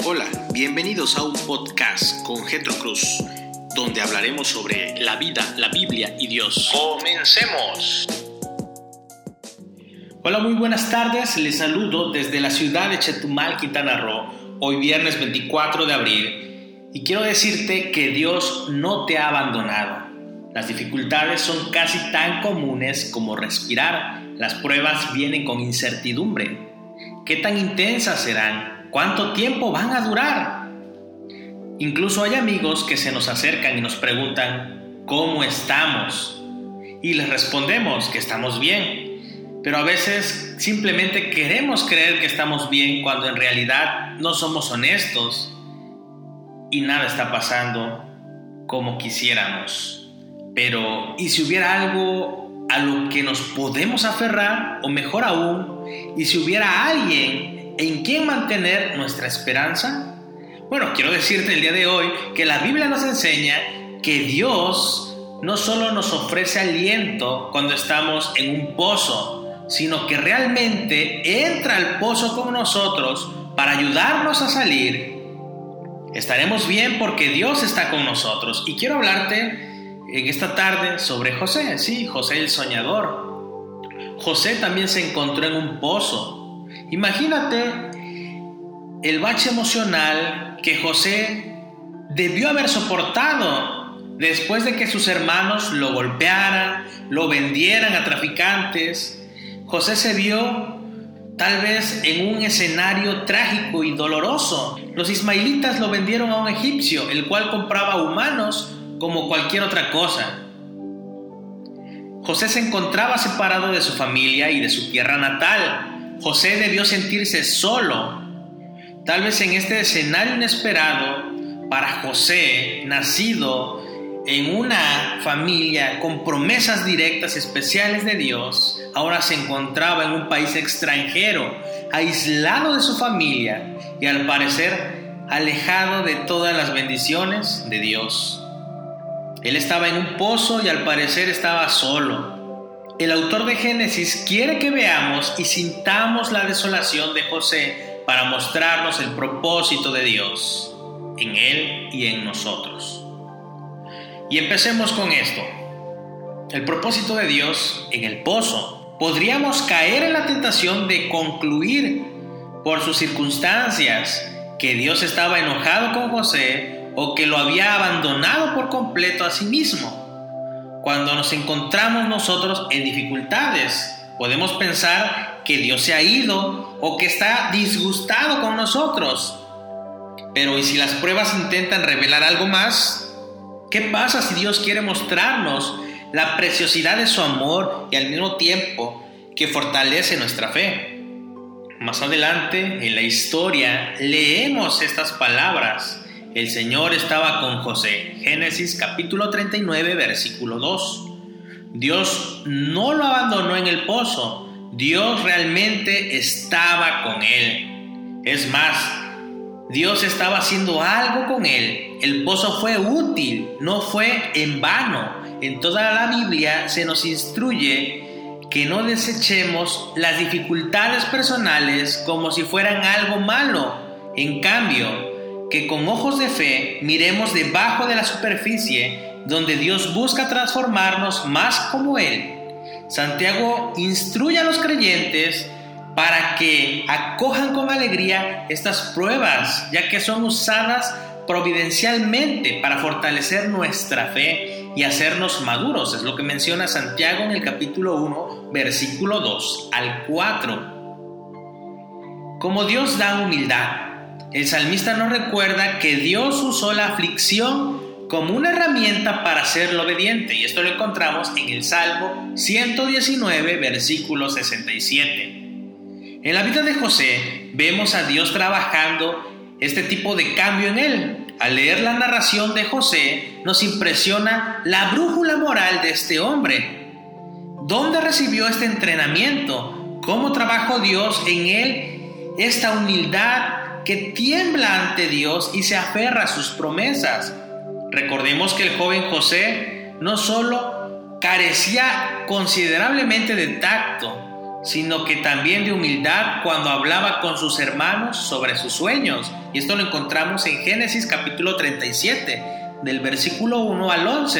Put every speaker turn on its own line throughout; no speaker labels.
Hola, bienvenidos a un podcast con Getro Cruz, donde hablaremos sobre la vida, la Biblia y Dios. ¡Comencemos!
Hola, muy buenas tardes. Les saludo desde la ciudad de Chetumal, Quintana Roo, hoy viernes 24 de abril. Y quiero decirte que Dios no te ha abandonado. Las dificultades son casi tan comunes como respirar. Las pruebas vienen con incertidumbre. ¿Qué tan intensas serán? ¿Cuánto tiempo van a durar? Incluso hay amigos que se nos acercan y nos preguntan ¿cómo estamos? Y les respondemos que estamos bien, pero a veces simplemente queremos creer que estamos bien cuando en realidad no somos honestos y nada está pasando como quisiéramos. Pero ¿y si hubiera algo a lo que nos podemos aferrar? O mejor aún, ¿y si hubiera alguien en quien mantener nuestra esperanza? Bueno, quiero decirte el día de hoy que la Biblia nos enseña que Dios no solo nos ofrece aliento cuando estamos en un pozo, sino que realmente entra al pozo con nosotros para ayudarnos a salir. Estaremos bien porque Dios está con nosotros. Y quiero hablarte en esta tarde sobre José, sí, José el soñador. José también se encontró en un pozo. Imagínate el bache emocional que José debió haber soportado después de que sus hermanos lo golpearan, lo vendieran a traficantes. José se vio tal vez en un escenario trágico y doloroso. Los ismaelitas lo vendieron a un egipcio, el cual compraba humanos como cualquier otra cosa. José se encontraba separado de su familia y de su tierra natal. José debió sentirse solo. Tal vez en este escenario inesperado para José, nacido en una familia con promesas directas especiales de Dios, ahora se encontraba en un país extranjero, aislado de su familia y al parecer alejado de todas las bendiciones de Dios. Él estaba en un pozo y al parecer estaba solo. El autor de Génesis quiere que veamos y sintamos la desolación de José para mostrarnos el propósito de Dios en él y en nosotros. Y empecemos con esto. El propósito de Dios en el pozo. Podríamos caer en la tentación de concluir por sus circunstancias que Dios estaba enojado con José o que lo había abandonado por completo a sí mismo. Cuando nos encontramos nosotros en dificultades, podemos pensar que Dios se ha ido o que está disgustado con nosotros. Pero ¿y si las pruebas intentan revelar algo más? ¿Qué pasa si Dios quiere mostrarnos la preciosidad de su amor y al mismo tiempo que fortalece nuestra fe? Más adelante en la historia leemos estas palabras. El Señor estaba con José. Génesis capítulo 39, versículo 2. Dios no lo abandonó en el pozo. Dios realmente estaba con él. Es más, Dios estaba haciendo algo con él. El pozo fue útil, no fue en vano. En toda la Biblia se nos instruye que no desechemos las dificultades personales como si fueran algo malo. En cambio, que con ojos de fe miremos debajo de la superficie donde Dios busca transformarnos más como Él. Santiago instruye a los creyentes para que acojan con alegría estas pruebas, ya que son usadas providencialmente para fortalecer nuestra fe y hacernos maduros. Es lo que menciona Santiago en el capítulo 1, versículo 2 al 4. Como Dios da humildad, el salmista nos recuerda que Dios usó la aflicción como una herramienta para hacerlo obediente, y esto lo encontramos en el Salmo 119, versículo 67. En la vida de José vemos a Dios trabajando este tipo de cambio en él. Al leer la narración de José, nos impresiona la brújula moral de este hombre. ¿Dónde recibió este entrenamiento? ¿Cómo trabajó Dios en él esta humildad que tiembla ante Dios y se aferra a sus promesas? Recordemos que el joven José no solo carecía considerablemente de tacto, sino que también de humildad cuando hablaba con sus hermanos sobre sus sueños. Y esto lo encontramos en Génesis capítulo 37, del versículo 1 al 11.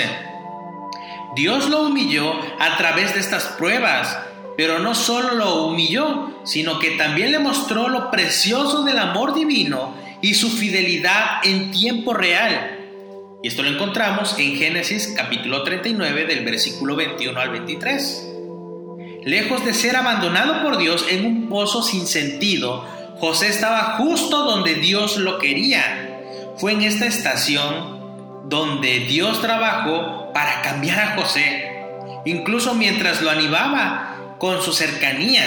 Dios lo humilló a través de estas pruebas, pero no solo lo humilló, sino que también le mostró lo precioso del amor divino y su fidelidad en tiempo real. Y esto lo encontramos en Génesis capítulo 39 del versículo 21 al 23. Lejos de ser abandonado por Dios en un pozo sin sentido, José estaba justo donde Dios lo quería. Fue en esta estación donde Dios trabajó para cambiar a José, incluso mientras lo animaba con su cercanía.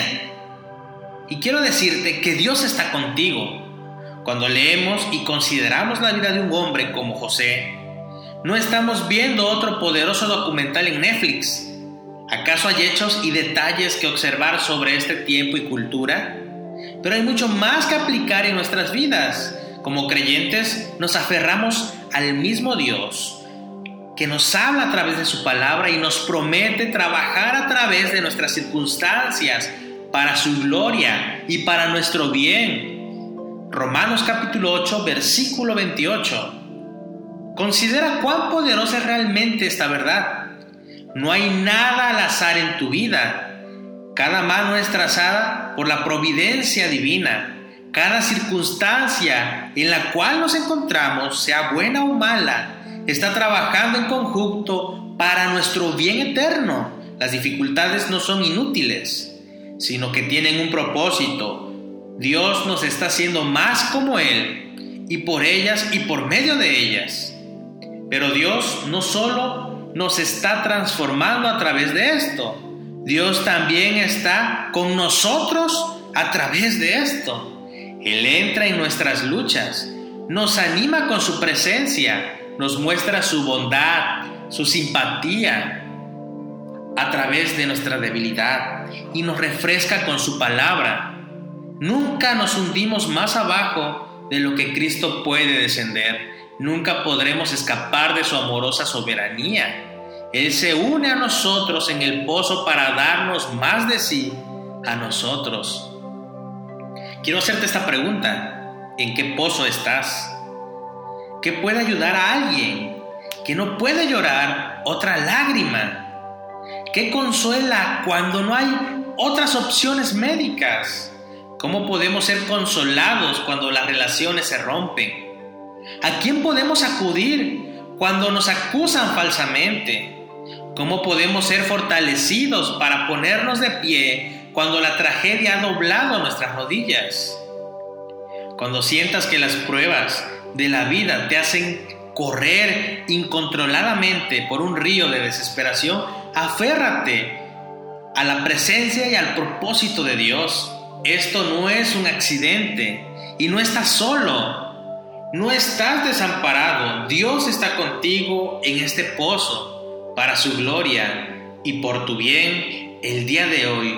Y quiero decirte que Dios está contigo. Cuando leemos y consideramos la vida de un hombre como José, no estamos viendo otro poderoso documental en Netflix. ¿Acaso hay hechos y detalles que observar sobre este tiempo y cultura? Pero hay mucho más que aplicar en nuestras vidas. Como creyentes nos aferramos al mismo Dios que nos habla a través de su palabra y nos promete trabajar a través de nuestras circunstancias para su gloria y para nuestro bien. Romanos capítulo 8, versículo 28. Considera cuán poderosa es realmente esta verdad. No hay nada al azar en tu vida. Cada mano es trazada por la providencia divina. Cada circunstancia en la cual nos encontramos, sea buena o mala, está trabajando en conjunto para nuestro bien eterno. Las dificultades no son inútiles, sino que tienen un propósito. Dios nos está haciendo más como Él, y por ellas y por medio de ellas. Pero Dios no solo nos está transformando a través de esto, Dios también está con nosotros a través de esto. Él entra en nuestras luchas, nos anima con su presencia, nos muestra su bondad, su simpatía a través de nuestra debilidad y nos refresca con su palabra. Nunca nos hundimos más abajo de lo que Cristo puede descender. Nunca podremos escapar de su amorosa soberanía. Él se une a nosotros en el pozo para darnos más de sí a nosotros. Quiero hacerte esta pregunta: ¿en qué pozo estás? ¿Qué puede ayudar a alguien que no puede llorar otra lágrima? ¿Qué consuela cuando no hay otras opciones médicas? ¿Cómo podemos ser consolados cuando las relaciones se rompen? ¿A quién podemos acudir cuando nos acusan falsamente? ¿Cómo podemos ser fortalecidos para ponernos de pie cuando la tragedia ha doblado nuestras rodillas? Cuando sientas que las pruebas de la vida te hacen correr incontroladamente por un río de desesperación, aférrate a la presencia y al propósito de Dios. Esto no es un accidente y no estás solo. No estás desamparado. Dios está contigo en este pozo para su gloria y por tu bien el día de hoy.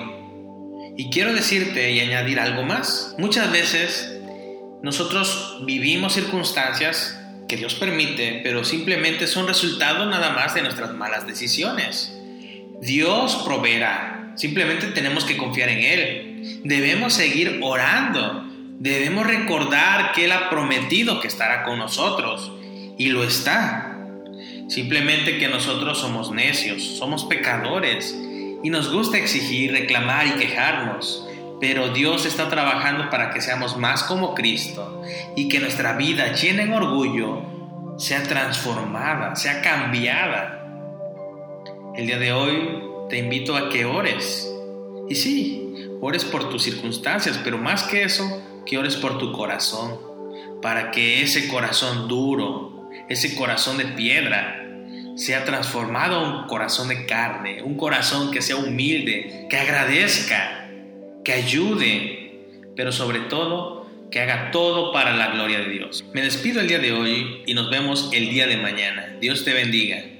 Y quiero decirte y añadir algo más. Muchas veces nosotros vivimos circunstancias que Dios permite, pero simplemente son resultado nada más de nuestras malas decisiones. Dios proveerá. Simplemente tenemos que confiar en Él. Debemos seguir orando. Debemos recordar que Él ha prometido que estará con nosotros, y lo está. Simplemente que nosotros somos necios, somos pecadores, y nos gusta exigir, reclamar y quejarnos. Pero Dios está trabajando para que seamos más como Cristo, y que nuestra vida llena en orgullo sea transformada, sea cambiada. El día de hoy te invito a que ores. Y sí, ores por tus circunstancias, pero más que eso, que ores por tu corazón, para que ese corazón duro, ese corazón de piedra, sea transformado a un corazón de carne, un corazón que sea humilde, que agradezca, que ayude, pero sobre todo, que haga todo para la gloria de Dios. Me despido el día de hoy y nos vemos el día de mañana. Dios te bendiga.